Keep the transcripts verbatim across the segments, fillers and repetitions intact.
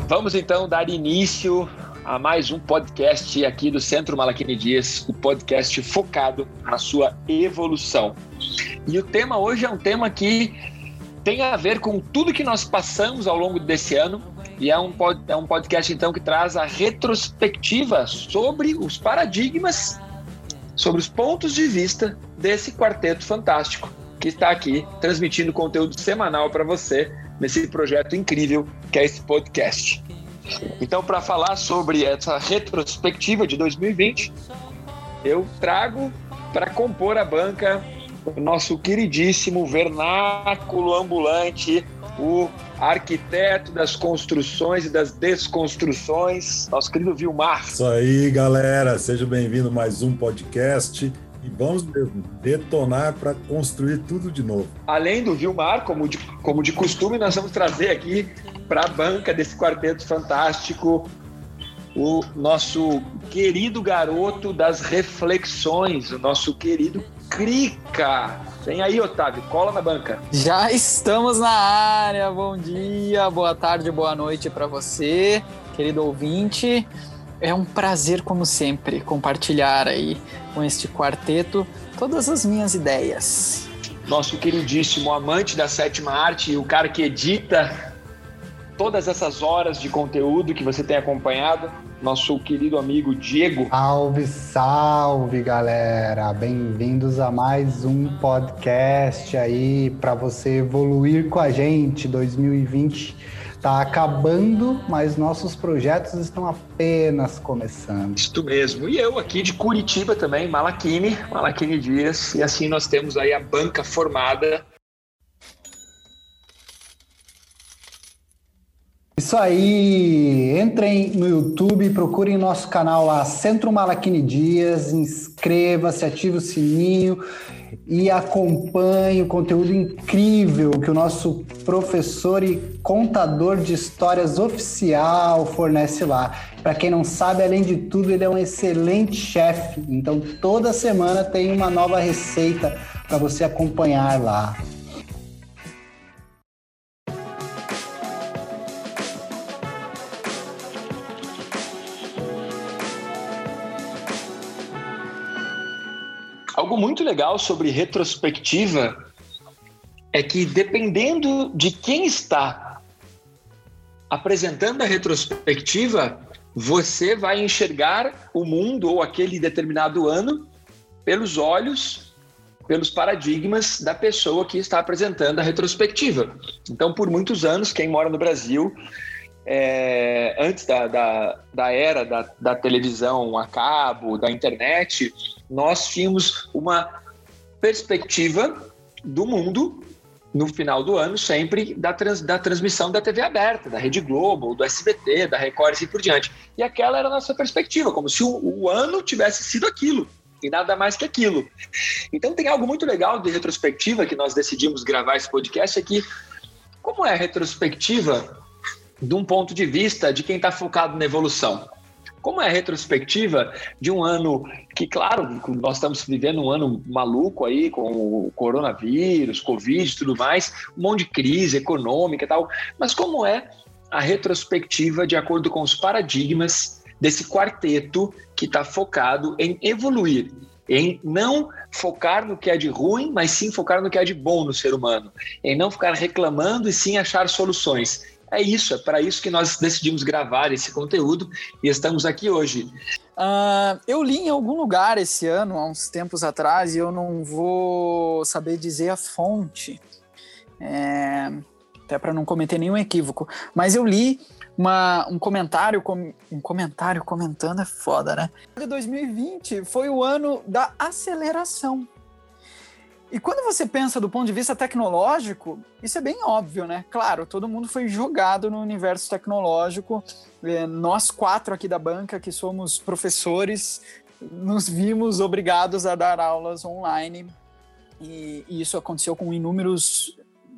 Vamos então dar início a mais um podcast aqui do Centro Malachini Dias, o podcast focado na sua evolução. E o tema hoje é um tema que tem a ver com tudo que nós passamos ao longo desse ano, e é um, pod, é um podcast então que traz a retrospectiva sobre os paradigmas, sobre os pontos de vista desse quarteto fantástico que está aqui transmitindo conteúdo semanal para você nesse projeto incrível que é esse podcast. Então, para falar sobre essa retrospectiva de dois mil e vinte, eu trago para compor a banca o nosso queridíssimo vernáculo ambulante, o arquiteto das construções e das desconstruções, nosso querido Vilmar. Isso aí, galera. Seja bem-vindo a mais um podcast. E vamos mesmo detonar para construir tudo de novo. Além do Vilmar, como de, como de costume, nós vamos trazer aqui para a banca desse quarteto fantástico o nosso querido garoto das reflexões, o nosso querido Crica. Vem aí, Otávio, cola na banca. Já estamos na área. Bom dia, boa tarde, boa noite para você, querido ouvinte. É um prazer, como sempre, compartilhar aí com este quarteto todas as minhas ideias. Nosso queridíssimo amante da sétima arte e o cara que edita todas essas horas de conteúdo que você tem acompanhado, nosso querido amigo Diego. Salve, salve, galera! Bem-vindos a mais um podcast aí para você evoluir com a gente. dois mil e vinte tá acabando, mas nossos projetos estão apenas começando. Isso mesmo. E eu aqui de Curitiba também, Malachini, Malachini Dias. E assim nós temos aí a banca formada. Isso aí, entrem no YouTube, procurem nosso canal lá, Centro Malachini Dias, inscreva-se, ative o sininho e acompanhe o conteúdo incrível que o nosso professor e contador de histórias oficial fornece lá. Para quem não sabe, além de tudo, ele é um excelente chefe, então toda semana tem uma nova receita para você acompanhar lá. Algo muito legal sobre retrospectiva é que, dependendo de quem está apresentando a retrospectiva, você vai enxergar o mundo ou aquele determinado ano pelos olhos, pelos paradigmas da pessoa que está apresentando a retrospectiva. Então, por muitos anos, quem mora no Brasil, é, antes da, da, da era da, da televisão a cabo, da internet, nós tínhamos uma perspectiva do mundo no final do ano, sempre da, trans, da transmissão da T V aberta, da Rede Globo, do S B T, da Record e assim por diante. E aquela era a nossa perspectiva, como se o, o ano tivesse sido aquilo e nada mais que aquilo. Então tem algo muito legal de retrospectiva que nós decidimos gravar esse podcast, é que como é a retrospectiva de um ponto de vista de quem está focado na evolução? Como é a retrospectiva de um ano que, claro, nós estamos vivendo um ano maluco aí com o coronavírus, Covid e tudo mais, um monte de crise econômica e tal, mas como é a retrospectiva de acordo com os paradigmas desse quarteto que está focado em evoluir, em não focar no que é de ruim, mas sim focar no que é de bom no ser humano, em não ficar reclamando e sim achar soluções. É isso, é para isso que nós decidimos gravar esse conteúdo e estamos aqui hoje. Uh, eu li em algum lugar esse ano, há uns tempos atrás, e eu não vou saber dizer a fonte, é, até para não cometer nenhum equívoco, mas eu li uma, um comentário, com, um comentário comentando, é foda, né? dois mil e vinte foi o ano da aceleração. E quando você pensa do ponto de vista tecnológico, isso é bem óbvio, né? Claro, todo mundo foi jogado no universo tecnológico. Nós quatro aqui da banca, que somos professores, nos vimos obrigados a dar aulas online. E, e isso aconteceu com inúmeros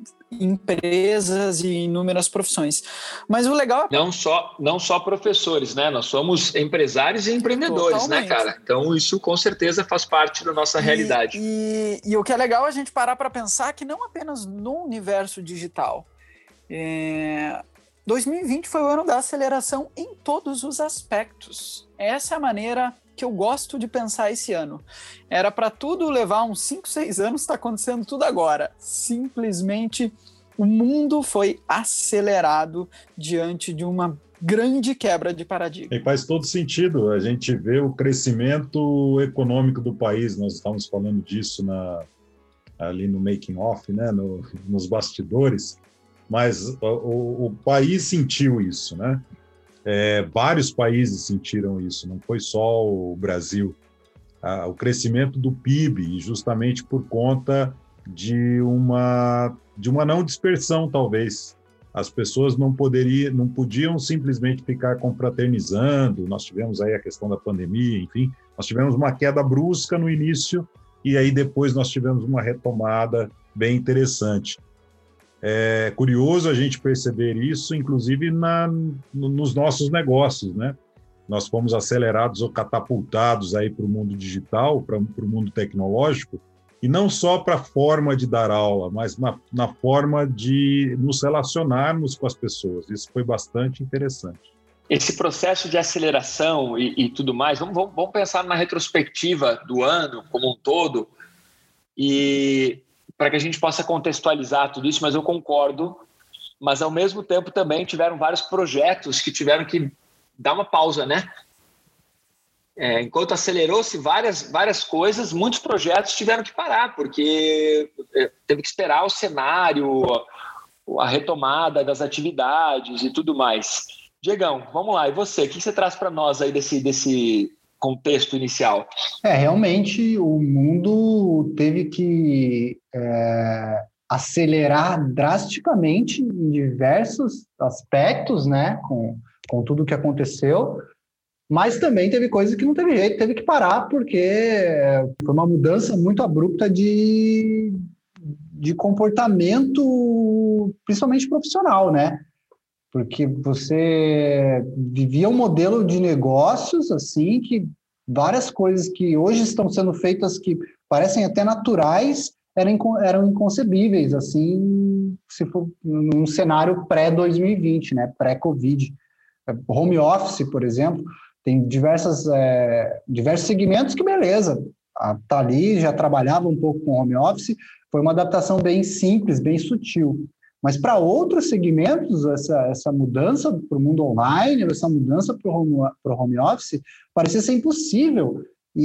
empresas e inúmeras profissões. Mas o legal é... Não só, não só professores, né? Nós somos empresários e empreendedores, totalmente, né, cara? Então isso com certeza faz parte da nossa e, realidade. E, e o que é legal é a gente parar para pensar que não apenas no universo digital. É, dois mil e vinte foi o ano da aceleração em todos os aspectos. Essa é a maneira que eu gosto de pensar esse ano. Era para tudo levar uns cinco, seis anos, está acontecendo tudo agora. Simplesmente o mundo foi acelerado diante de uma grande quebra de paradigma. E faz todo sentido. A gente vê o crescimento econômico do país, nós estávamos falando disso na, ali no making off, né? no, nos bastidores, mas o, o país sentiu isso, né? É, vários países sentiram isso, não foi só o Brasil. Ah, o crescimento do P I B, justamente por conta de uma, de uma não dispersão, talvez. As pessoas não, poderia, não podiam simplesmente ficar confraternizando, nós tivemos aí a questão da pandemia, enfim, nós tivemos uma queda brusca no início e aí depois nós tivemos uma retomada bem interessante. É curioso a gente perceber isso, inclusive na, no, nos nossos negócios, né? Nós fomos acelerados ou catapultados aí para o mundo digital, para o mundo tecnológico, e não só para a forma de dar aula, mas na, na forma de nos relacionarmos com as pessoas. Isso foi bastante interessante. Esse processo de aceleração e, e tudo mais, vamos, vamos, vamos pensar na retrospectiva do ano como um todo, e para que a gente possa contextualizar tudo isso, mas eu concordo, mas ao mesmo tempo também tiveram vários projetos que tiveram que dar uma pausa, né? É, enquanto acelerou-se várias, várias coisas, muitos projetos tiveram que parar, porque teve que esperar o cenário, a retomada das atividades e tudo mais. Diegão, vamos lá, e você? O que você traz para nós aí desse, desse contexto inicial? É, realmente o mundo teve que é, acelerar drasticamente em diversos aspectos, né, com, com tudo o que aconteceu, mas também teve coisas que não teve jeito, teve que parar, porque foi uma mudança muito abrupta de, de comportamento, principalmente profissional, né? Porque você vivia um modelo de negócios, assim, que várias coisas que hoje estão sendo feitas que parecem até naturais, eram, eram inconcebíveis, assim, se for num cenário pré dois mil e vinte, né? Pré-Covid. Home office, por exemplo, tem diversas, é, diversos segmentos que, beleza, tá ali, já trabalhava um pouco com home office, foi uma adaptação bem simples, bem sutil. Mas para outros segmentos, essa, essa mudança para o mundo online, essa mudança para o home, home office, parecia ser impossível.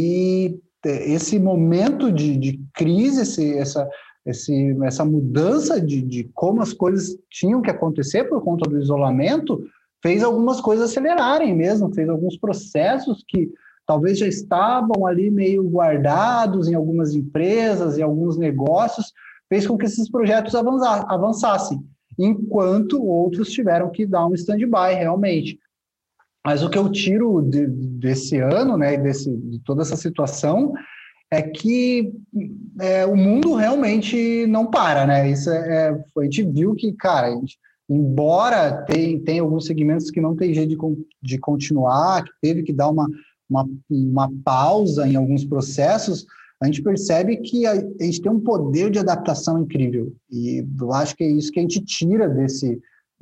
E esse momento de, de crise, esse, essa, esse, essa mudança de, de como as coisas tinham que acontecer por conta do isolamento, fez algumas coisas acelerarem mesmo, fez alguns processos que talvez já estavam ali meio guardados em algumas empresas, em alguns negócios, fez com que esses projetos avançassem, enquanto outros tiveram que dar um stand-by, realmente. Mas o que eu tiro de, desse ano, né, desse, de toda essa situação, é que é, o mundo realmente não para, né? Isso é, a gente viu que, cara, a gente, embora tem, tem alguns segmentos que não tem jeito de, de continuar, que teve que dar uma, uma, uma pausa em alguns processos, a gente percebe que a, a gente tem um poder de adaptação incrível. E eu acho que é isso que a gente tira desse,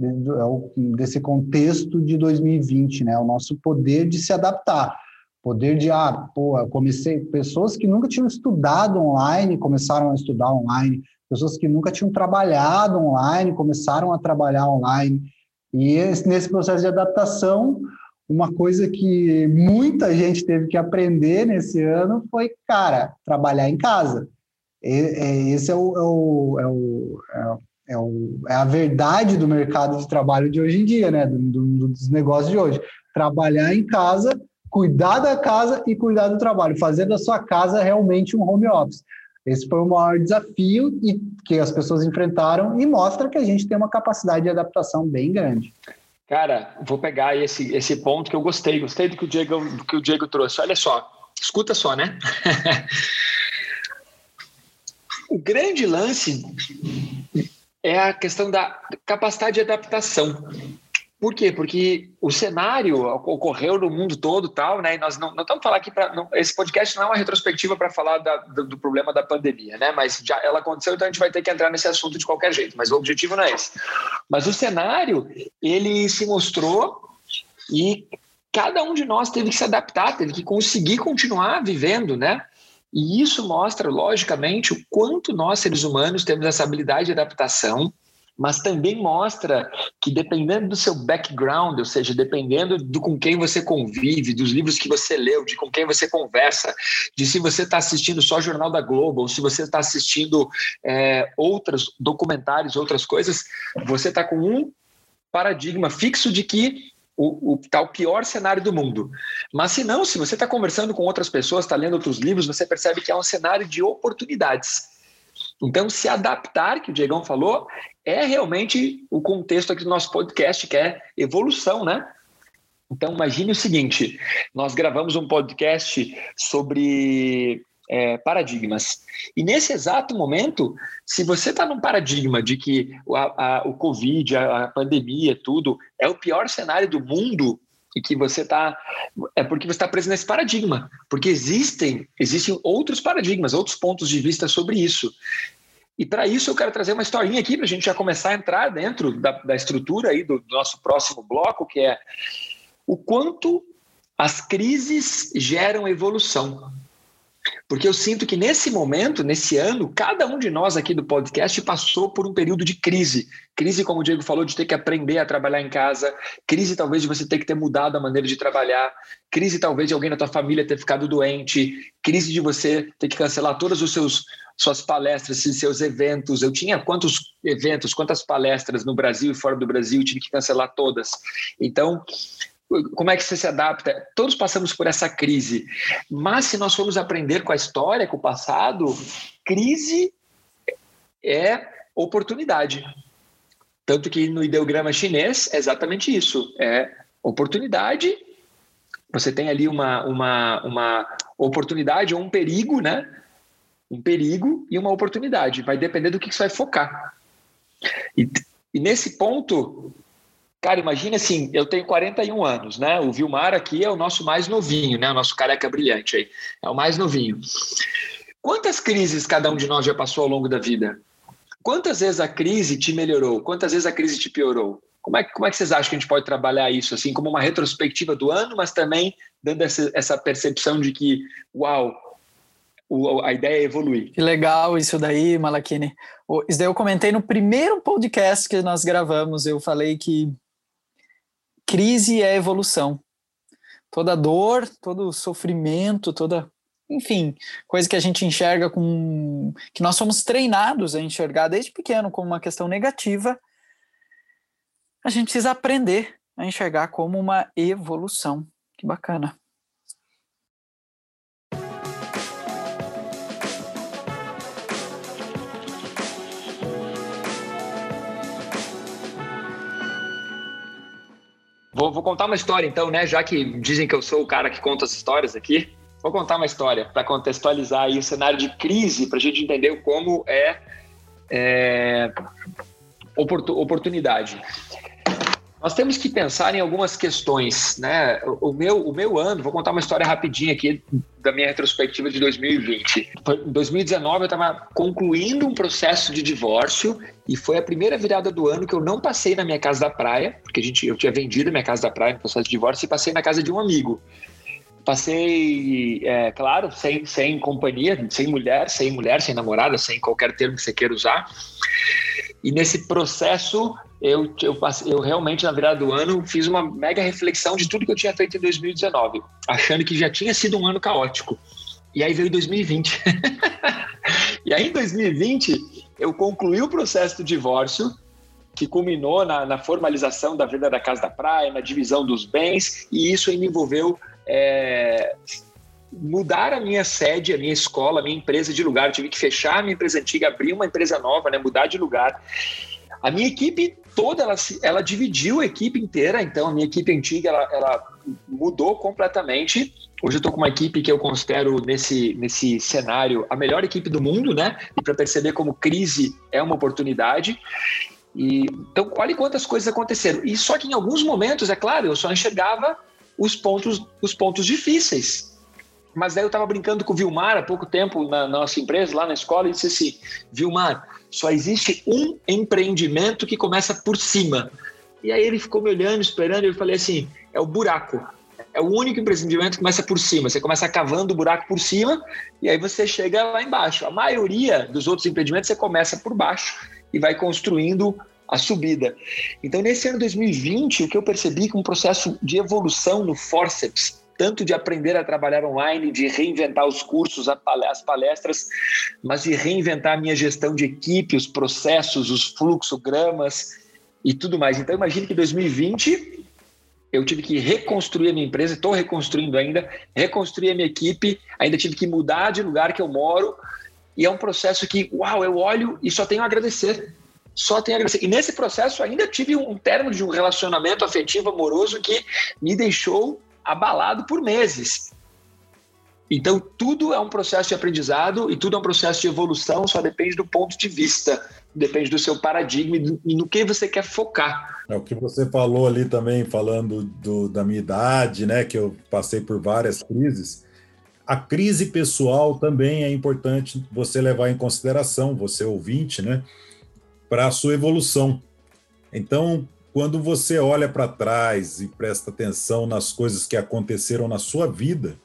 desse contexto de dois mil e vinte, né? O nosso poder de se adaptar. Poder de, ah, pô, eu comecei... Pessoas que nunca tinham estudado online começaram a estudar online. Pessoas que nunca tinham trabalhado online começaram a trabalhar online. E esse, nesse processo de adaptação, uma coisa que muita gente teve que aprender nesse ano foi, cara, trabalhar em casa. E, esse é, o, é, o, é, o, é, o, é a verdade do mercado de trabalho de hoje em dia, né? Do, do, dos negócios de hoje. Trabalhar em casa, cuidar da casa e cuidar do trabalho. Fazer da sua casa realmente um home office. Esse foi o maior desafio e que as pessoas enfrentaram e mostra que a gente tem uma capacidade de adaptação bem grande. Cara, vou pegar esse, esse ponto que eu gostei, gostei do que o Diego, do que o Diego trouxe. Olha só, escuta só, né? O grande lance é a questão da capacidade de adaptação. Por quê? Porque o cenário ocorreu no mundo todo, tal, né? E nós não, não estamos falando aqui para esse podcast não é uma retrospectiva para falar da, do, do problema da pandemia, né? Mas já ela aconteceu, então a gente vai ter que entrar nesse assunto de qualquer jeito. Mas o objetivo não é esse. Mas o cenário ele se mostrou e cada um de nós teve que se adaptar, teve que conseguir continuar vivendo, né? E isso mostra, logicamente, o quanto nós seres humanos temos essa habilidade de adaptação. Mas também mostra que dependendo do seu background, ou seja, dependendo do com quem você convive, dos livros que você leu, de com quem você conversa, de se você está assistindo só o Jornal da Globo, ou se você está assistindo é, outros documentários, outras coisas, você está com um paradigma fixo de que o, o, tá o pior cenário do mundo. Mas se não, se você está conversando com outras pessoas, está lendo outros livros, você percebe que é um cenário de oportunidades. Então, se adaptar, que o Diegão falou, é realmente o contexto aqui do nosso podcast, que é evolução, né? Então, imagine o seguinte, nós gravamos um podcast sobre é, paradigmas. E nesse exato momento, se você está num paradigma de que a, a, o Covid, a, a pandemia, tudo, é o pior cenário do mundo, e que você está... É porque você está preso nesse paradigma. Porque existem, existem outros paradigmas, outros pontos de vista sobre isso. E para isso eu quero trazer uma historinha aqui para a gente já começar a entrar dentro da, da estrutura aí do, do nosso próximo bloco, que é o quanto as crises geram evolução. Porque eu sinto que nesse momento, nesse ano, cada um de nós aqui do podcast passou por um período de crise. Crise, como o Diego falou, de ter que aprender a trabalhar em casa. Crise, talvez, de você ter que ter mudado a maneira de trabalhar. Crise, talvez, de alguém na tua família ter ficado doente. Crise de você ter que cancelar todas os seus suas palestras, seus eventos. Eu tinha quantos eventos, quantas palestras no Brasil e fora do Brasil, tive que cancelar todas. Então... Como é que você se adapta? Todos passamos por essa crise, mas se nós formos aprender com a história, com o passado, crise é oportunidade. Tanto que no ideograma chinês é exatamente isso, é oportunidade, você tem ali uma, uma, uma oportunidade ou um perigo, né? Um perigo e uma oportunidade, vai depender do que você vai focar. E, e nesse ponto... Cara, imagina assim, eu tenho quarenta e um anos, né? O Vilmar aqui é o nosso mais novinho, né? O nosso careca brilhante aí, é o mais novinho. Quantas crises cada um de nós já passou ao longo da vida? Quantas vezes a crise te melhorou? Quantas vezes a crise te piorou? Como é, como é que vocês acham que a gente pode trabalhar isso, assim, como uma retrospectiva do ano, mas também dando essa, essa percepção de que, uau, o, a ideia é evoluir. Que legal isso daí, Malachini. Isso daí eu comentei no primeiro podcast que nós gravamos, eu falei que crise é evolução. Toda dor, todo sofrimento, toda, enfim, coisa que a gente enxerga com... que nós somos treinados a enxergar desde pequeno como uma questão negativa, a gente precisa aprender a enxergar como uma evolução. Que bacana. Vou, vou contar uma história, então, né? Já que dizem que eu sou o cara que conta as histórias aqui, vou contar uma história para contextualizar aí o cenário de crise, para a gente entender como é, é oportunidade. Nós temos que pensar em algumas questões, né? O meu, o meu ano, vou contar uma história rapidinha aqui da minha retrospectiva de dois mil e vinte. Em dois mil e dezenove eu estava concluindo um processo de divórcio e foi a primeira virada do ano que eu não passei na minha casa da praia, porque a gente, eu tinha vendido a minha casa da praia no processo de divórcio e passei na casa de um amigo. Passei, é, claro, sem, sem companhia, sem mulher, sem mulher, sem namorada, sem qualquer termo que você queira usar. E nesse processo, eu, eu, passei, eu realmente, na virada do ano, fiz uma mega reflexão de tudo que eu tinha feito em dois mil e dezenove, achando que já tinha sido um ano caótico. E aí veio dois mil e vinte. E aí, em dois mil e vinte, eu concluí o processo do divórcio, que culminou na, na formalização da venda da casa da praia, na divisão dos bens, e isso aí me envolveu... É, mudar a minha sede, a minha escola, a minha empresa de lugar. Eu tive que fechar a minha empresa antiga, abrir uma empresa nova, né, mudar de lugar. A minha equipe toda, ela, ela dividiu a equipe inteira, então a minha equipe antiga, ela, ela mudou completamente. Hoje eu estou com uma equipe que eu considero nesse, nesse cenário a melhor equipe do mundo, né? E para perceber como crise é uma oportunidade. E, então, olha quantas coisas aconteceram. E só que em alguns momentos, é claro, eu só enxergava os pontos, os pontos difíceis. Mas daí eu estava brincando com o Vilmar há pouco tempo na, na nossa empresa, lá na escola, e disse assim, Vilmar, só existe um empreendimento que começa por cima. E aí ele ficou me olhando, esperando, e eu falei assim, é o buraco. É o único empreendimento que começa por cima. Você começa cavando o buraco por cima e aí você chega lá embaixo. A maioria dos outros empreendimentos você começa por baixo e vai construindo a subida. Então, nesse ano dois mil e vinte, o que eu percebi que um processo de evolução no Forceps, tanto de aprender a trabalhar online, de reinventar os cursos, as palestras, mas de reinventar a minha gestão de equipe, os processos, os fluxogramas e tudo mais. Então, imagine que em dois mil e vinte eu tive que reconstruir a minha empresa, estou reconstruindo ainda, reconstruir a minha equipe, ainda tive que mudar de lugar que eu moro, e é um processo que, uau, eu olho e só tenho a agradecer. Só tenho a agradecer. E nesse processo ainda tive um término de um relacionamento afetivo amoroso que me deixou abalado por meses. Então, tudo é um processo de aprendizado e tudo é um processo de evolução, só depende do ponto de vista, depende do seu paradigma e, do, e no que você quer focar. É o que você falou ali também, falando do, da minha idade, né, que eu passei por várias crises. A crise pessoal também é importante você levar em consideração, você ouvinte, né, para a sua evolução. Então, quando você olha para trás e presta atenção nas coisas que aconteceram na sua vida,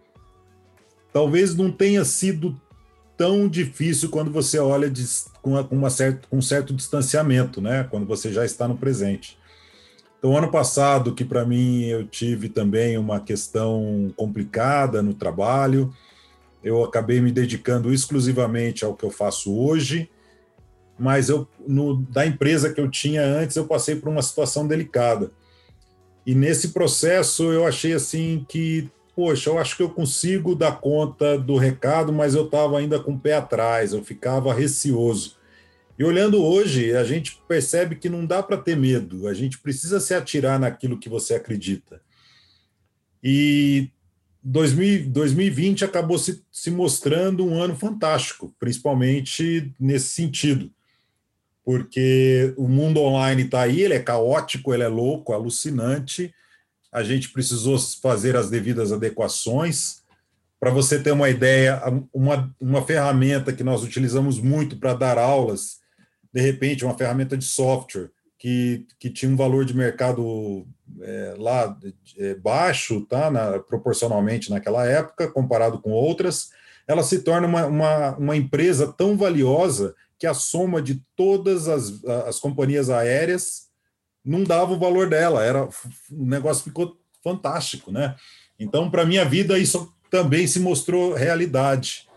talvez não tenha sido tão difícil quando você olha de, com, uma, uma certo, com um certo distanciamento, né? Quando você já está no presente. Então, ano passado, que para mim eu tive também uma questão complicada no trabalho, eu acabei me dedicando exclusivamente ao que eu faço hoje, mas eu, no, da empresa que eu tinha antes, eu passei por uma situação delicada. E nesse processo eu achei assim que poxa, eu acho que eu consigo dar conta do recado, mas eu estava ainda com o pé atrás, eu ficava receoso. E olhando hoje, a gente percebe que não dá para ter medo, a gente precisa se atirar naquilo que você acredita. E dois mil, dois mil e vinte acabou se, se mostrando um ano fantástico, principalmente nesse sentido, porque o mundo online está aí, ele é caótico, ele é louco, alucinante. A gente precisou fazer as devidas adequações. Para você ter uma ideia, uma, uma ferramenta que nós utilizamos muito para dar aulas, de repente, uma ferramenta de software que, que tinha um valor de mercado é, lá é, baixo, tá? Na, proporcionalmente naquela época, comparado com outras, ela se torna uma, uma, uma empresa tão valiosa que a soma de todas as, as companhias aéreas não dava o valor dela, era, o negócio ficou fantástico, né? Então, para a minha vida, isso também se mostrou realidade.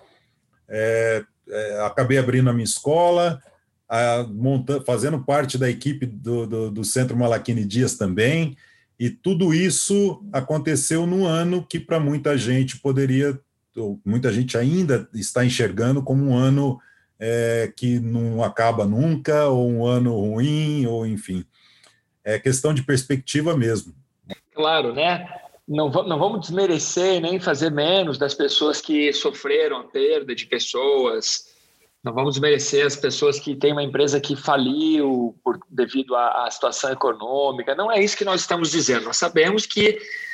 É, é, acabei abrindo a minha escola, a, monta, fazendo parte da equipe do, do, do Centro Malachini Dias também, e tudo isso aconteceu num ano que para muita gente poderia, ou muita gente ainda está enxergando como um ano é, que não acaba nunca, ou um ano ruim, ou enfim. É questão de perspectiva mesmo. Claro, né? Não, não vamos desmerecer nem fazer menos das pessoas que sofreram a perda de pessoas. Não vamos desmerecer as pessoas que têm uma empresa que faliu por, devido à, à situação econômica. Não é isso que nós estamos dizendo. Nós sabemos que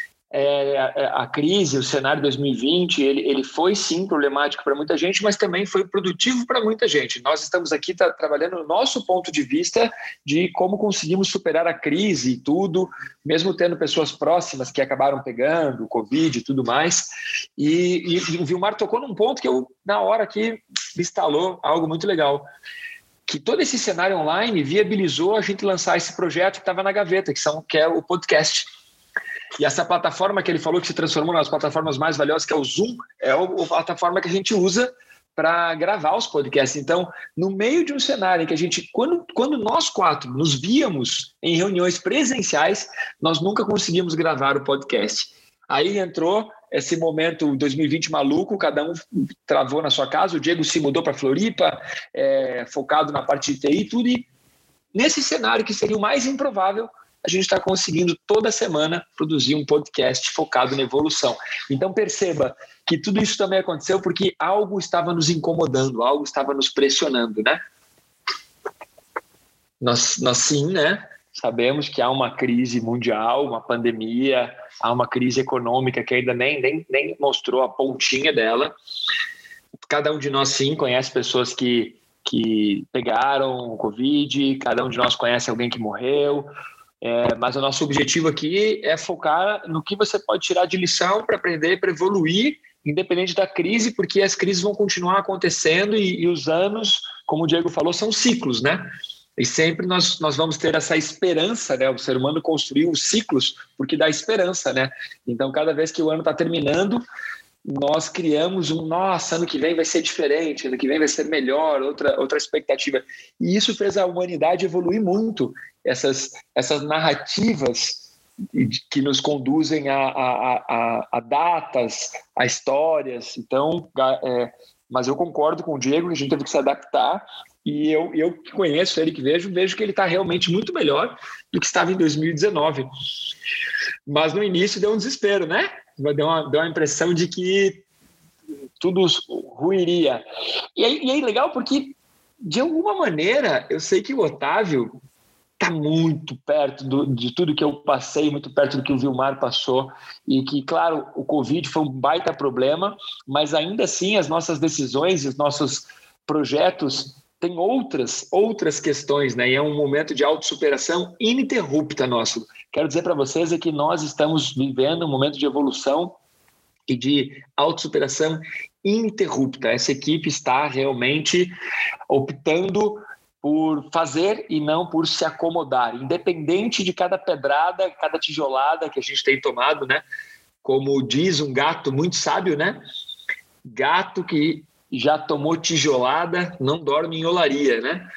é, a, a crise, o cenário dois mil e vinte, ele, ele foi sim problemático para muita gente, mas também foi produtivo para muita gente. Nós estamos aqui tá, trabalhando no nosso ponto de vista de como conseguimos superar a crise e tudo, mesmo tendo pessoas próximas que acabaram pegando o Covid e tudo mais. E, e, e o Vilmar tocou num ponto que eu, na hora aqui, me instalou algo muito legal. Que todo esse cenário online viabilizou a gente lançar esse projeto que estava na gaveta, que, são, que é o podcast. E essa plataforma que ele falou que se transformou nas plataformas mais valiosas, que é o Zoom, é a plataforma que a gente usa para gravar os podcasts. Então, no meio de um cenário em que a gente, quando, quando nós quatro nos víamos em reuniões presenciais, nós nunca conseguimos gravar o podcast. Aí entrou esse momento dois mil e vinte maluco, cada um travou na sua casa, o Diego se mudou para Floripa, é, focado na parte de T I e tudo, e nesse cenário que seria o mais improvável, a gente está conseguindo toda semana produzir um podcast focado na evolução. Então perceba que tudo isso também aconteceu porque algo estava nos incomodando, algo estava nos pressionando, né? nós, nós sim, né? Sabemos que há uma crise mundial, uma pandemia, há uma crise econômica que ainda nem, nem, nem mostrou a pontinha dela. Cada um de nós, sim, conhece pessoas que, que pegaram o Covid, cada um de nós conhece alguém que morreu, é, mas o nosso objetivo aqui é focar no que você pode tirar de lição para aprender, para evoluir, independente da crise, porque as crises vão continuar acontecendo e, e os anos, como o Diego falou, são ciclos, né? E sempre nós, nós vamos ter essa esperança, né? O ser humano construiu os ciclos porque dá esperança, né? Então, cada vez que o ano está terminando, nós criamos um, nossa, ano que vem vai ser diferente, ano que vem vai ser melhor, outra, outra expectativa. E isso fez a humanidade evoluir muito, essas, essas narrativas que nos conduzem a, a, a, a datas, a histórias. Então, é, mas eu concordo com o Diego que a gente teve que se adaptar. E eu, eu que conheço ele, que vejo, vejo que ele está realmente muito melhor do que estava em dois mil e dezenove. Mas no início deu um desespero, né? Deu uma, deu uma impressão de que tudo ruiria. E aí, e aí legal porque, de alguma maneira, eu sei que o Otávio está muito perto do, de tudo que eu passei, muito perto do que o Vilmar passou, e que, claro, o Covid foi um baita problema, mas ainda assim as nossas decisões, os nossos projetos tem outras, outras questões, né? E é um momento de autossuperação ininterrupta nosso. Quero dizer para vocês é que nós estamos vivendo um momento de evolução e de autossuperação ininterrupta. Essa equipe está realmente optando por fazer e não por se acomodar, independente de cada pedrada, cada tijolada que a gente tem tomado, né? Como diz um gato muito sábio, né? Gato que já tomou tijolada, não dorme em olaria, né?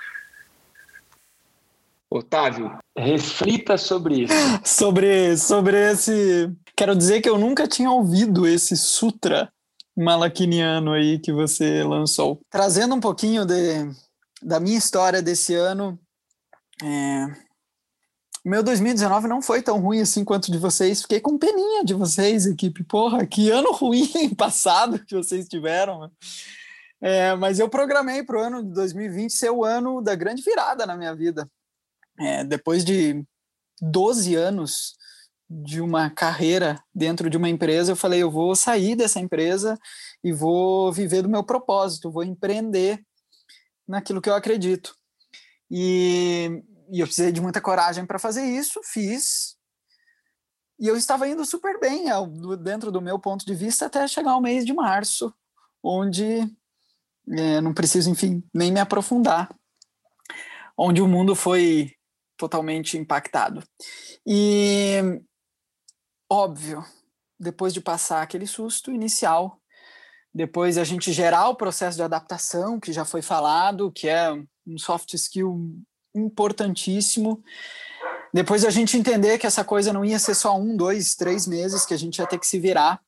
Otávio, reflita sobre isso. sobre, sobre esse... Quero dizer que eu nunca tinha ouvido esse sutra malakiniano aí que você lançou. Trazendo um pouquinho de, da minha história desse ano, é... o meu dois mil e dezenove não foi tão ruim assim quanto de vocês. Fiquei com peninha de vocês, equipe. Porra, que ano ruim passado que vocês tiveram, né? É, mas eu programei para o ano de dois mil e vinte ser o ano da grande virada na minha vida. É, depois de doze anos de uma carreira dentro de uma empresa, eu falei, eu vou sair dessa empresa e vou viver do meu propósito, vou empreender naquilo que eu acredito. E, e eu precisei de muita coragem para fazer isso, fiz. E eu estava indo super bem, dentro do meu ponto de vista, até chegar ao mês de março, onde... É, não preciso, enfim, nem me aprofundar, onde o mundo foi totalmente impactado. E, óbvio, depois de passar aquele susto inicial, depois a gente gerar o processo de adaptação, que já foi falado, que é um soft skill importantíssimo, depois a gente entender que essa coisa não ia ser só um, dois, três meses, que a gente ia ter que se virar,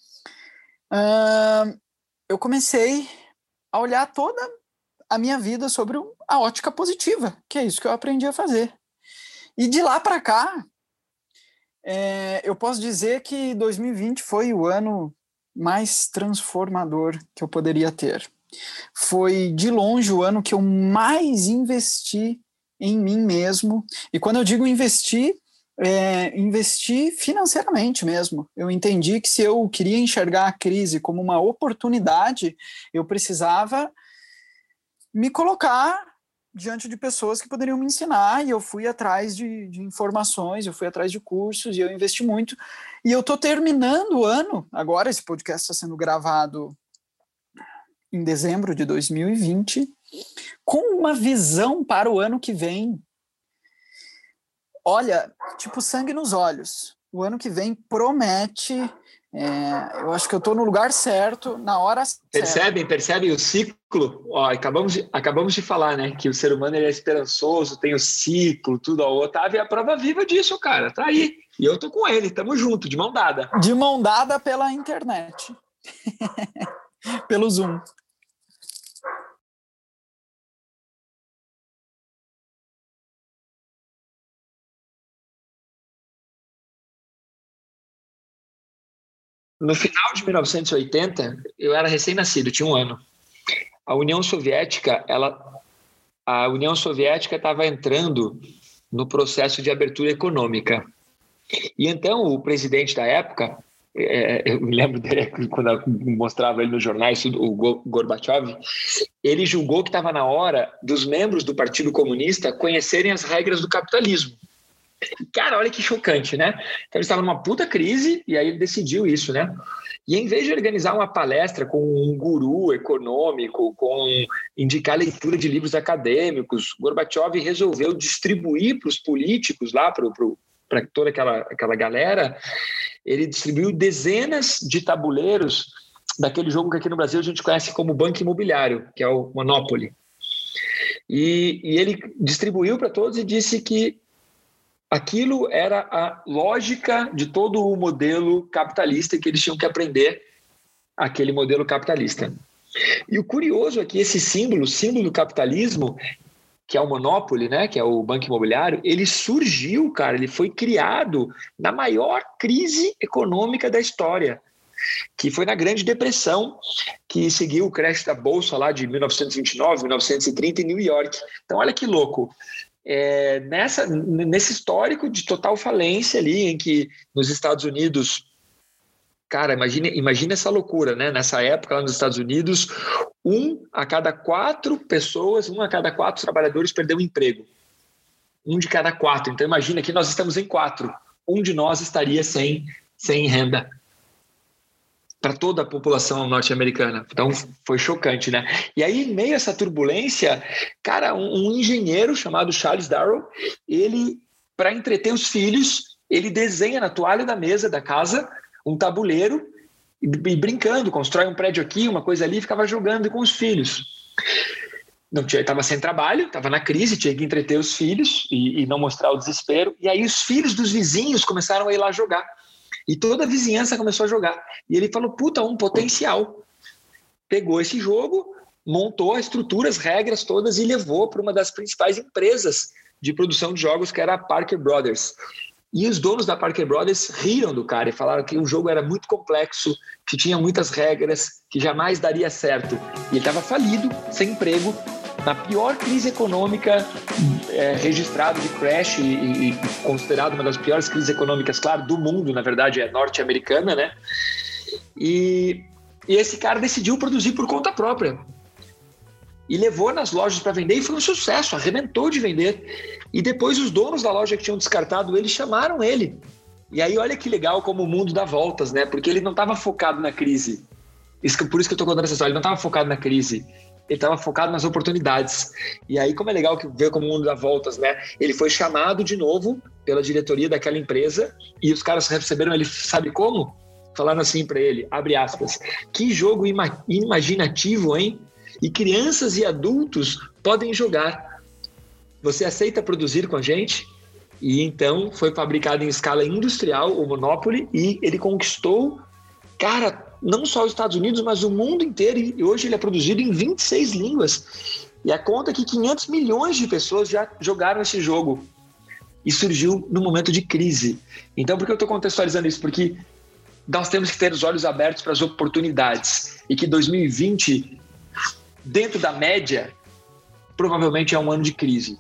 uh, eu comecei a olhar toda a minha vida sobre a ótica positiva, que é isso que eu aprendi a fazer. E de lá para cá, é, eu posso dizer que dois mil e vinte foi o ano mais transformador que eu poderia ter. Foi, de longe, o ano que eu mais investi em mim mesmo. E quando eu digo investir, é, investir financeiramente mesmo. Eu entendi que se eu queria enxergar a crise como uma oportunidade, eu precisava me colocar diante de pessoas que poderiam me ensinar, e eu fui atrás de, de informações, eu fui atrás de cursos, e eu investi muito. E eu estou terminando o ano, agora esse podcast está sendo gravado em dezembro de dois mil e vinte, com uma visão para o ano que vem. Olha, tipo sangue nos olhos. O ano que vem promete. É, eu acho que eu estou no lugar certo, na hora certa. Percebem, percebem o ciclo? Ó, acabamos, de, acabamos de falar, né? Que o ser humano ele é esperançoso, tem o ciclo, tudo. O Otávio é a prova viva disso, cara. Tá aí. E eu tô com ele, tamo junto, de mão dada. De mão dada pela internet. Pelo Zoom. No final de mil novecentos e oitenta, eu era recém-nascido, tinha um ano. A União Soviética, ela a União Soviética estava entrando no processo de abertura econômica. E então o presidente da época, é, eu me lembro dele quando eu mostrava ele nos jornais, o Gorbachev, ele julgou que estava na hora dos membros do Partido Comunista conhecerem as regras do capitalismo. Cara, olha que chocante, né? Então ele estava numa puta crise e aí ele decidiu isso, né? E em vez de organizar uma palestra com um guru econômico, com indicar leitura de livros acadêmicos, Gorbachev resolveu distribuir para os políticos lá, para para toda aquela, aquela galera, ele distribuiu dezenas de tabuleiros daquele jogo que aqui no Brasil a gente conhece como Banco Imobiliário, que é o Monopoly. E, e ele distribuiu para todos e disse que aquilo era a lógica de todo o modelo capitalista e que eles tinham que aprender aquele modelo capitalista. E o curioso é que esse símbolo, símbolo do capitalismo, que é o Monopoly, né, que é o Banco Imobiliário, ele surgiu, cara, ele foi criado na maior crise econômica da história, que foi na Grande Depressão, que seguiu o crash da Bolsa lá de mil novecentos e vinte e nove, mil novecentos e trinta em New York. Então, olha que louco. É, nessa, nesse histórico de total falência ali, em que nos Estados Unidos, cara, imagina, imagina essa loucura, né? Nessa época lá nos Estados Unidos, um a cada quatro pessoas, um a cada quatro trabalhadores perdeu o emprego. Um de cada quatro. Então imagina que nós estamos em quatro. Um de nós estaria sem, sem renda para toda a população norte-americana. Então, foi chocante, né? E aí, em meio a essa turbulência, cara, um, um engenheiro chamado Charles Darrow, ele, para entreter os filhos, ele desenha na toalha da mesa da casa um tabuleiro e, e brincando, constrói um prédio aqui, uma coisa ali, e ficava jogando com os filhos. Não tinha, estava sem trabalho, estava na crise, tinha que entreter os filhos e, e não mostrar o desespero. E aí, os filhos dos vizinhos começaram a ir lá jogar. E toda a vizinhança começou a jogar. E ele falou, puta, um potencial. Pegou esse jogo, montou a estrutura, as regras todas e levou para uma das principais empresas de produção de jogos, que era a Parker Brothers. E os donos da Parker Brothers riram do cara e falaram que o jogo era muito complexo, que tinha muitas regras, que jamais daria certo. E ele estava falido, sem emprego, na pior crise econômica é, registrada de crash e, e considerado uma das piores crises econômicas, claro, do mundo, na verdade, é norte-americana, né? E, e esse cara decidiu produzir por conta própria. E levou nas lojas para vender e foi um sucesso, arrebentou de vender. E depois os donos da loja que tinham descartado ele chamaram ele. E aí olha que legal como o mundo dá voltas, né? Porque ele não estava focado na crise. Isso, por isso que eu estou contando essa história, ele não estava focado na crise. Ele estava focado nas oportunidades. E aí, como é legal que ver como o mundo dá voltas, né? Ele foi chamado de novo pela diretoria daquela empresa e os caras receberam ele, sabe como? Falaram assim para ele, abre aspas, que jogo ima- imaginativo, hein? E crianças e adultos podem jogar. Você aceita produzir com a gente? E então foi fabricado em escala industrial o Monopoly e ele conquistou, cara, não só os Estados Unidos, mas o mundo inteiro, e hoje ele é produzido em vinte e seis línguas. E a conta é que quinhentos milhões de pessoas já jogaram esse jogo. E surgiu no momento de crise. Então, por que eu estou contextualizando isso? Porque nós temos que ter os olhos abertos para as oportunidades. E que dois mil e vinte, dentro da média, provavelmente é um ano de crise.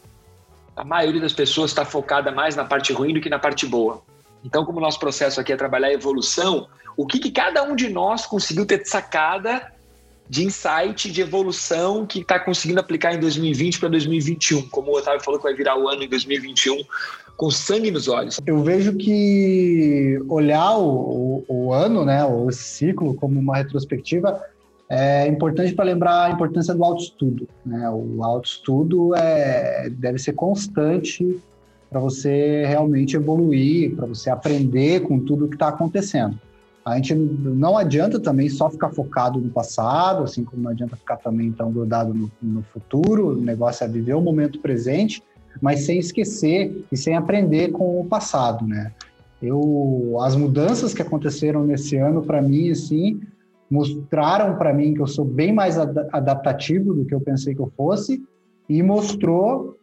A maioria das pessoas está focada mais na parte ruim do que na parte boa. Então, como o nosso processo aqui é trabalhar a evolução, o que, que cada um de nós conseguiu ter de sacada, de insight, de evolução que está conseguindo aplicar em dois mil e vinte para dois mil e vinte e um, como o Otávio falou que vai virar o ano em dois mil e vinte e um, com sangue nos olhos. Eu vejo que olhar o, o, o ano, né, o ciclo como uma retrospectiva é importante para lembrar a importância do autoestudo, né? O autoestudo é, deve ser constante para você realmente evoluir, para você aprender com tudo que está acontecendo. A gente não adianta também só ficar focado no passado, assim como não adianta ficar também tão grudado no, no futuro. O negócio é viver o momento presente, mas sem esquecer e sem aprender com o passado, né? Eu, as mudanças que aconteceram nesse ano, para mim, assim, mostraram para mim que eu sou bem mais ad- adaptativo do que eu pensei que eu fosse e mostrou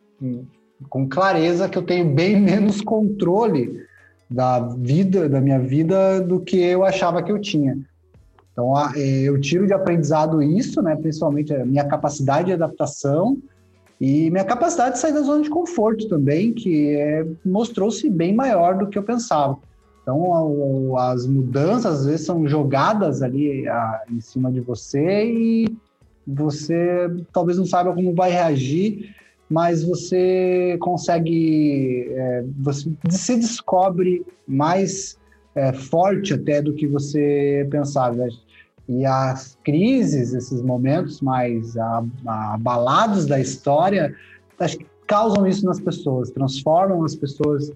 com clareza que eu tenho bem menos controle da vida, da minha vida, do que eu achava que eu tinha. Então, eu tiro de aprendizado isso, né, principalmente a minha capacidade de adaptação E minha capacidade de sair da zona de conforto também, que é, mostrou-se bem maior do que eu pensava. Então, as mudanças, às vezes, são jogadas ali a, em cima de você e você talvez não saiba como vai reagir, mas você consegue, é, você se descobre mais é, forte até do que você pensava, né? E as crises, esses momentos mais abalados da história, acho que causam isso nas pessoas, transformam as pessoas,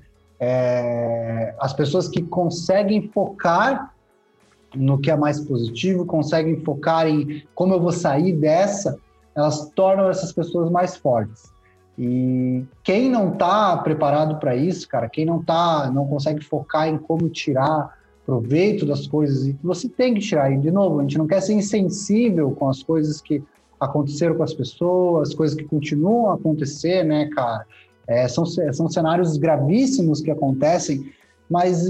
é, as pessoas que conseguem focar no que é mais positivo, conseguem focar em como eu vou sair dessa, elas tornam essas pessoas mais fortes. E quem não está preparado para isso, cara, quem não tá, não consegue focar em como tirar proveito das coisas, e você tem que tirar. E, de novo, a gente não quer ser insensível com as coisas que aconteceram com as pessoas, coisas que continuam a acontecer, né, cara? É, são, são cenários gravíssimos que acontecem, mas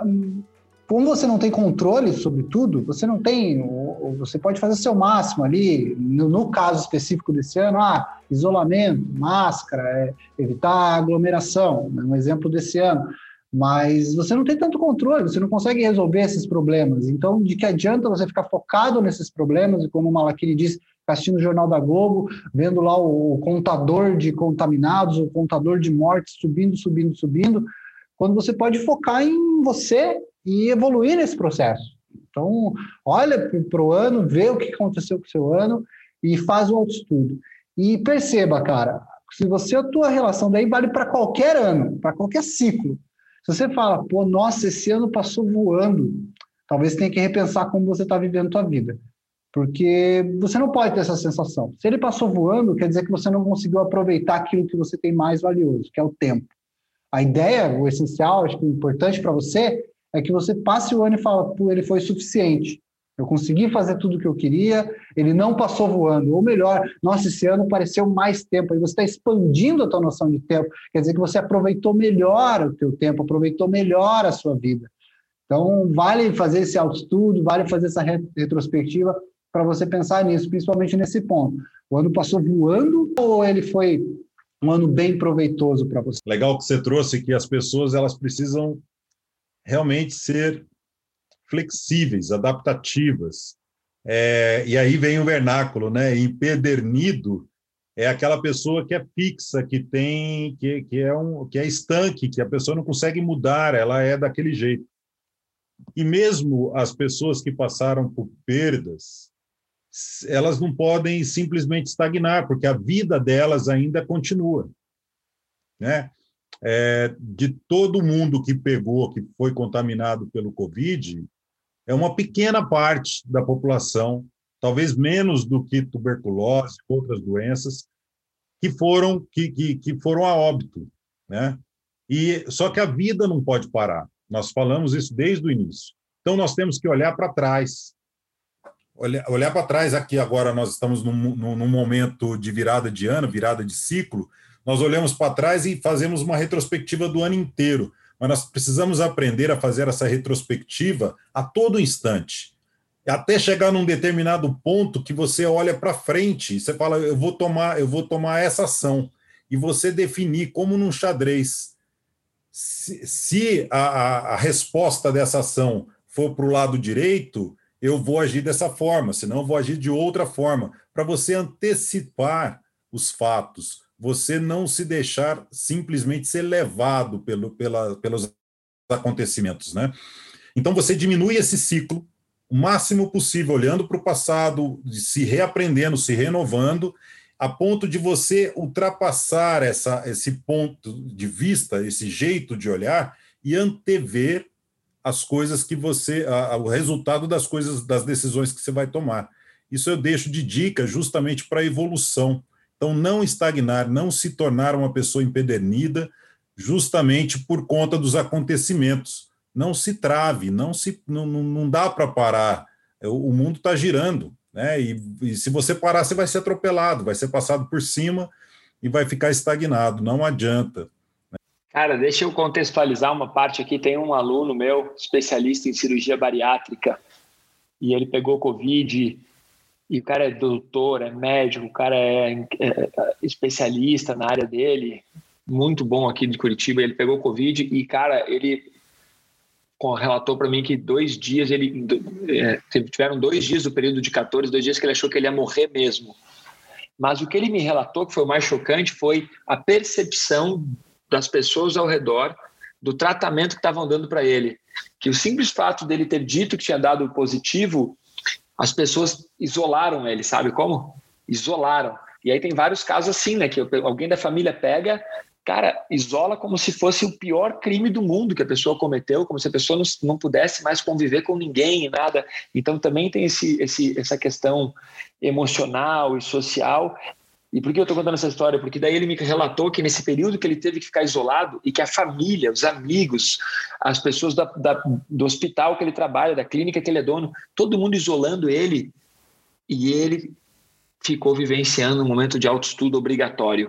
como você não tem controle sobre tudo, você não tem, você pode fazer seu máximo ali, no, no caso específico desse ano, ah, isolamento, máscara, é, evitar aglomeração, um exemplo desse ano. Mas você não tem tanto controle, você não consegue resolver esses problemas. Então, de que adianta você ficar focado nesses problemas, e como o Malachini disse, assistindo o Jornal da Globo, vendo lá o, o contador de contaminados, o contador de mortes subindo, subindo, subindo, quando você pode focar em você e evoluir nesse processo. Então, olha para o ano, vê o que aconteceu com o seu ano e faz o autoestudo. E perceba, cara, se você, a tua relação daí vale para qualquer ano, para qualquer ciclo. Se você fala, pô, nossa, esse ano passou voando, talvez tenha que repensar como você está vivendo a tua vida. Porque você não pode ter essa sensação. Se ele passou voando, quer dizer que você não conseguiu aproveitar aquilo que você tem mais valioso, que é o tempo. A ideia, o essencial, acho que o importante para você é que você passe o ano e fala, pô, ele foi suficiente. Eu consegui fazer tudo o que eu queria, ele não passou voando. Ou melhor, nossa, esse ano pareceu mais tempo. Aí você está expandindo a tua noção de tempo. Quer dizer que você aproveitou melhor o teu tempo, aproveitou melhor a sua vida. Então, vale fazer esse autoestudo, vale fazer essa retrospectiva para você pensar nisso, principalmente nesse ponto. O ano passou voando ou ele foi um ano bem proveitoso para você? Legal que você trouxe que as pessoas elas precisam realmente ser flexíveis, adaptativas. É, e aí vem o vernáculo, né? Empedernido é aquela pessoa que é fixa, que tem, que, que, é um, que é estanque, que a pessoa não consegue mudar, ela é daquele jeito. E mesmo as pessoas que passaram por perdas, elas não podem simplesmente estagnar, porque a vida delas ainda continua, né? É, de todo mundo que pegou, que foi contaminado pelo Covid, é uma pequena parte da população, talvez menos do que tuberculose, outras doenças, que foram, que, que, que foram a óbito, né? E, só que a vida não pode parar. Nós falamos isso desde o início. Então, nós temos que olhar para trás. Olhar, olhar para trás, aqui agora nós estamos num, num momento de virada de ano, virada de ciclo, nós olhamos para trás e fazemos uma retrospectiva do ano inteiro. Mas nós precisamos aprender a fazer essa retrospectiva a todo instante, até chegar num determinado ponto que você olha para frente e você fala, eu vou tomar, eu vou tomar essa ação, e você definir, como num xadrez, se, se a, a resposta dessa ação for para o lado direito, eu vou agir dessa forma, senão eu vou agir de outra forma, para você antecipar os fatos, você não se deixar simplesmente ser levado pelo, pela, pelos acontecimentos, né? Então, você diminui esse ciclo o máximo possível, olhando para o passado, se reaprendendo, se renovando, a ponto de você ultrapassar essa, esse ponto de vista, esse jeito de olhar, e antever as coisas que você, a, o resultado das coisas, das decisões que você vai tomar. Isso eu deixo de dica justamente para a evolução. Então, não estagnar, não se tornar uma pessoa empedernida, justamente por conta dos acontecimentos. Não se trave, não, se, não, não dá para parar. O mundo está girando, né? E, e se você parar, você vai ser atropelado, vai ser passado por cima e vai ficar estagnado. Não adianta. Cara, deixa eu contextualizar uma parte aqui. Tem um aluno meu, especialista em cirurgia bariátrica, e ele pegou Covid E o cara é doutor, é médico, o cara é, é, é especialista na área dele, muito bom aqui de Curitiba. Ele pegou Covid e, cara, ele relatou para mim que dois dias, ele é, tiveram dois dias do período de quatorze, dois dias que ele achou que ele ia morrer mesmo. Mas o que ele me relatou, que foi o mais chocante, foi a percepção das pessoas ao redor do tratamento que estavam dando para ele. Que o simples fato dele ter dito que tinha dado positivo, as pessoas isolaram ele, sabe como? Isolaram. E aí tem vários casos assim, né? Que alguém da família pega, cara, isola como se fosse o pior crime do mundo que a pessoa cometeu, como se a pessoa não, não pudesse mais conviver com ninguém e nada. Então também tem esse, esse, essa questão emocional e social. E por que eu estou contando essa história? Porque daí ele me relatou que nesse período que ele teve que ficar isolado e que a família, os amigos, as pessoas da, da, do hospital que ele trabalha, da clínica que ele é dono, todo mundo isolando ele, e ele ficou vivenciando um momento de autoestudo obrigatório.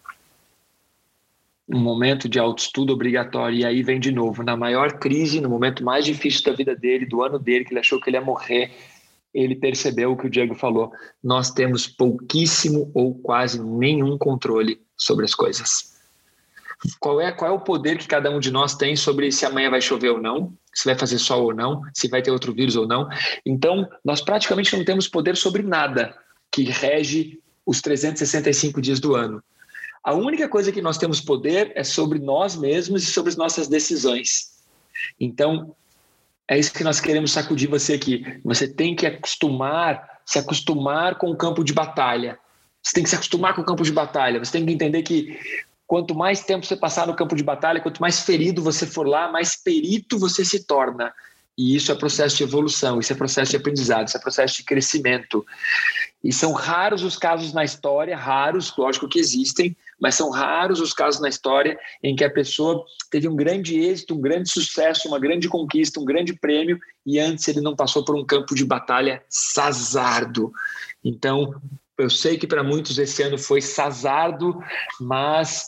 Um momento de autoestudo obrigatório. E aí vem de novo, na maior crise, no momento mais difícil da vida dele, do ano dele, que ele achou que ele ia morrer, ele percebeu o que o Diego falou. Nós temos pouquíssimo ou quase nenhum controle sobre as coisas. Qual é, qual é o poder que cada um de nós tem sobre se amanhã vai chover ou não, se vai fazer sol ou não, se vai ter outro vírus ou não? Então, nós praticamente não temos poder sobre nada que rege os trezentos e sessenta e cinco dias do ano. A única coisa que nós temos poder é sobre nós mesmos e sobre as nossas decisões. Então, é isso que nós queremos sacudir você aqui. Você tem que acostumar, se acostumar com o campo de batalha. Você tem que se acostumar com o campo de batalha. Você tem que entender que quanto mais tempo você passar no campo de batalha, quanto mais ferido você for lá, mais perito você se torna. E isso é processo de evolução, isso é processo de aprendizado, isso é processo de crescimento. E são raros os casos na história, raros, lógico que existem, mas são raros os casos na história em que a pessoa teve um grande êxito, um grande sucesso, uma grande conquista, um grande prêmio, e antes ele não passou por um campo de batalha sazardo. Então, eu sei que para muitos esse ano foi sazardo, mas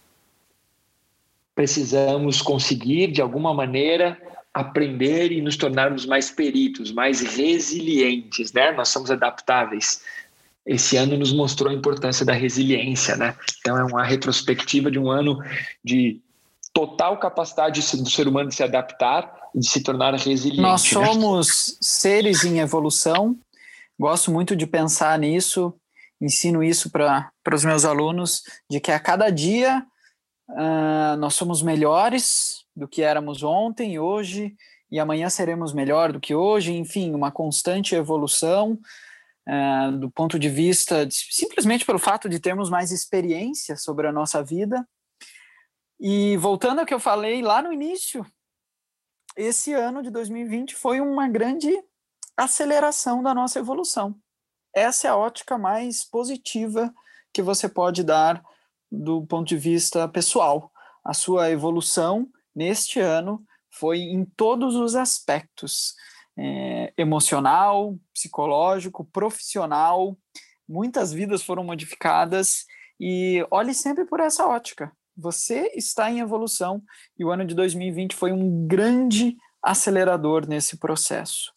precisamos conseguir, de alguma maneira, aprender e nos tornarmos mais peritos, mais resilientes, né? Nós somos adaptáveis. Esse ano nos mostrou a importância da resiliência, né? Então é uma retrospectiva de um ano de total capacidade do ser humano de se adaptar e de se tornar resiliente. Nós somos, né? Seres em evolução. Gosto muito de pensar nisso, ensino isso para os meus alunos, de que a cada dia uh, nós somos melhores do que éramos ontem, hoje, e amanhã seremos melhor do que hoje. Enfim, uma constante evolução uh, do ponto de vista, de, simplesmente pelo fato de termos mais experiência sobre a nossa vida. E voltando ao que eu falei lá no início, esse ano de dois mil e vinte foi uma grande aceleração da nossa evolução. Essa é a ótica mais positiva que você pode dar do ponto de vista pessoal. A sua evolução neste ano foi em todos os aspectos, é, emocional, psicológico, profissional. Muitas vidas foram modificadas e olhe sempre por essa ótica. Você está em evolução e o ano de dois mil e vinte foi um grande acelerador nesse processo.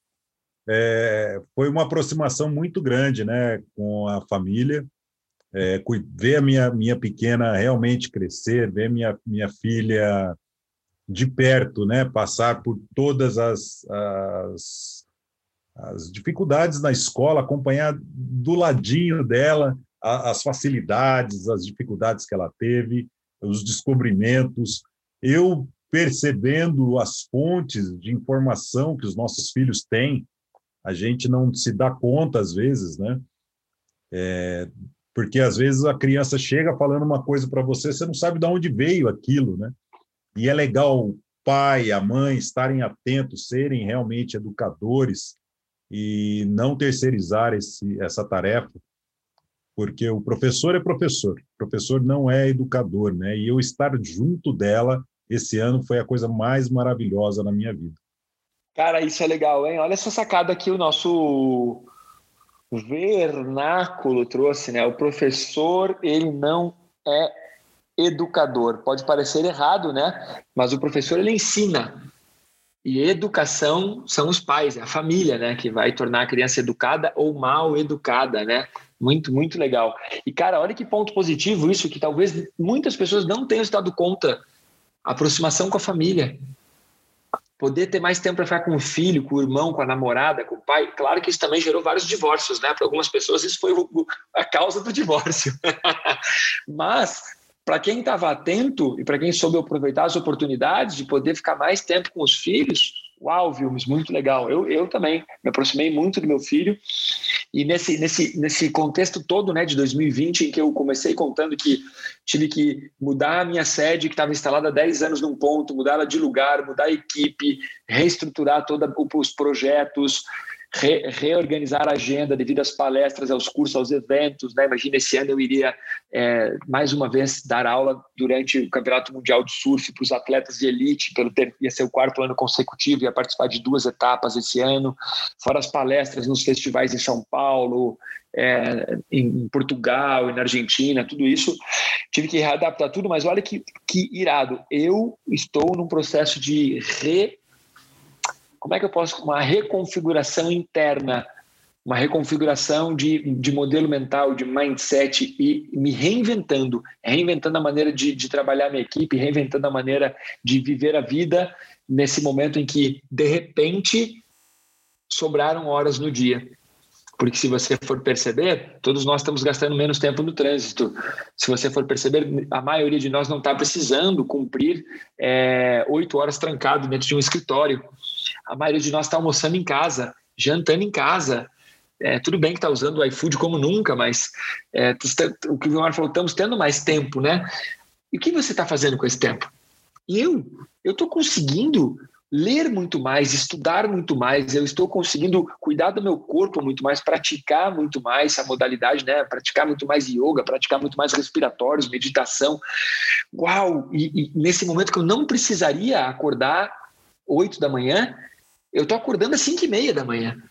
É, foi uma aproximação muito grande, né, com a família. É, ver a minha, minha pequena realmente crescer, ver minha, minha filha de perto, né, passar por todas as, as, as dificuldades na escola, acompanhar do ladinho dela a, as facilidades, as dificuldades que ela teve, os descobrimentos, eu percebendo as fontes de informação que os nossos filhos têm, a gente não se dá conta às vezes, né? É, porque às vezes a criança chega falando uma coisa para você, você não sabe de onde veio aquilo, né? E é legal o pai, a mãe estarem atentos, serem realmente educadores e não terceirizar esse, essa tarefa, porque o professor é professor, o professor não é educador, né? E eu estar junto dela esse ano foi a coisa mais maravilhosa na minha vida. Cara, isso é legal, hein? Olha essa sacada aqui, o nosso vernáculo trouxe, né? O professor, ele não é educador. Pode parecer errado, né? Mas o professor, ele ensina. E educação são os pais, é a família, né, que vai tornar a criança educada ou mal educada, né? Muito, muito legal. E, cara, olha que ponto positivo isso, que talvez muitas pessoas não tenham se dado conta. Aproximação com a família. Poder ter mais tempo para ficar com o filho, com o irmão, com a namorada, com o pai. Claro que isso também gerou vários divórcios, né? Para algumas pessoas isso foi a causa do divórcio. Mas, para quem estava atento e para quem soube aproveitar as oportunidades de poder ficar mais tempo com os filhos, uau, Vilmes, muito legal. Eu, eu também me aproximei muito do meu filho. E nesse, nesse, nesse contexto todo, né, de dois mil e vinte, em que eu comecei contando que tive que mudar a minha sede, que estava instalada há dez anos num ponto, mudar ela de lugar, mudar a equipe, reestruturar todos os projetos, re, reorganizar a agenda devido às palestras, aos cursos, aos eventos, né? Imagina, esse ano eu iria, é, mais uma vez, dar aula durante o Campeonato Mundial de Surf para os atletas de elite, pelo ter, ia ser o quarto ano consecutivo, ia participar de duas etapas esse ano, fora as palestras nos festivais em São Paulo, é, em Portugal e na Argentina, tudo isso. Tive que readaptar tudo, mas olha que, que irado. Eu estou num processo de re... Como é que eu posso... Uma reconfiguração interna, uma reconfiguração de, de modelo mental, de mindset, e me reinventando, reinventando a maneira de, de trabalhar minha equipe, reinventando a maneira de viver a vida nesse momento em que, de repente, sobraram horas no dia. Porque se você for perceber, todos nós estamos gastando menos tempo no trânsito. Se você for perceber, a maioria de nós não está precisando cumprir é, oito horas trancado dentro de um escritório. A maioria de nós está almoçando em casa, jantando em casa. É, tudo bem que está usando o iFood como nunca, mas é, o que o Vilmar falou, estamos tendo mais tempo, né? E o que você está fazendo com esse tempo? E eu? Eu estou conseguindo ler muito mais, estudar muito mais, eu estou conseguindo cuidar do meu corpo muito mais, praticar muito mais essa modalidade, né? Praticar muito mais yoga, praticar muito mais respiratórios, meditação. Uau! E, e nesse momento que eu não precisaria acordar oito da manhã, eu estou acordando às cinco e meia da manhã.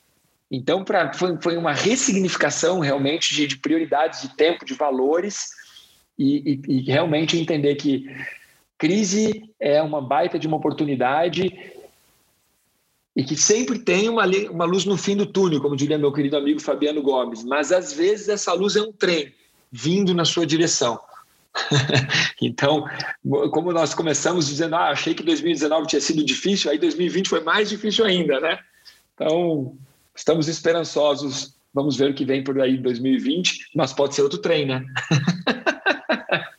Então, pra, foi, foi uma ressignificação realmente de, de prioridades, de tempo, de valores, e, e, e realmente entender que crise é uma baita de uma oportunidade e que sempre tem uma, uma luz no fim do túnel, como diria meu querido amigo Fabiano Gomes, mas às vezes essa luz é um trem vindo na sua direção. Então, como nós começamos dizendo, ah, achei que dois mil e dezenove tinha sido difícil, aí dois mil e vinte foi mais difícil ainda, né? Então, estamos esperançosos, vamos ver o que vem por aí em dois mil e vinte, mas pode ser outro trem, né?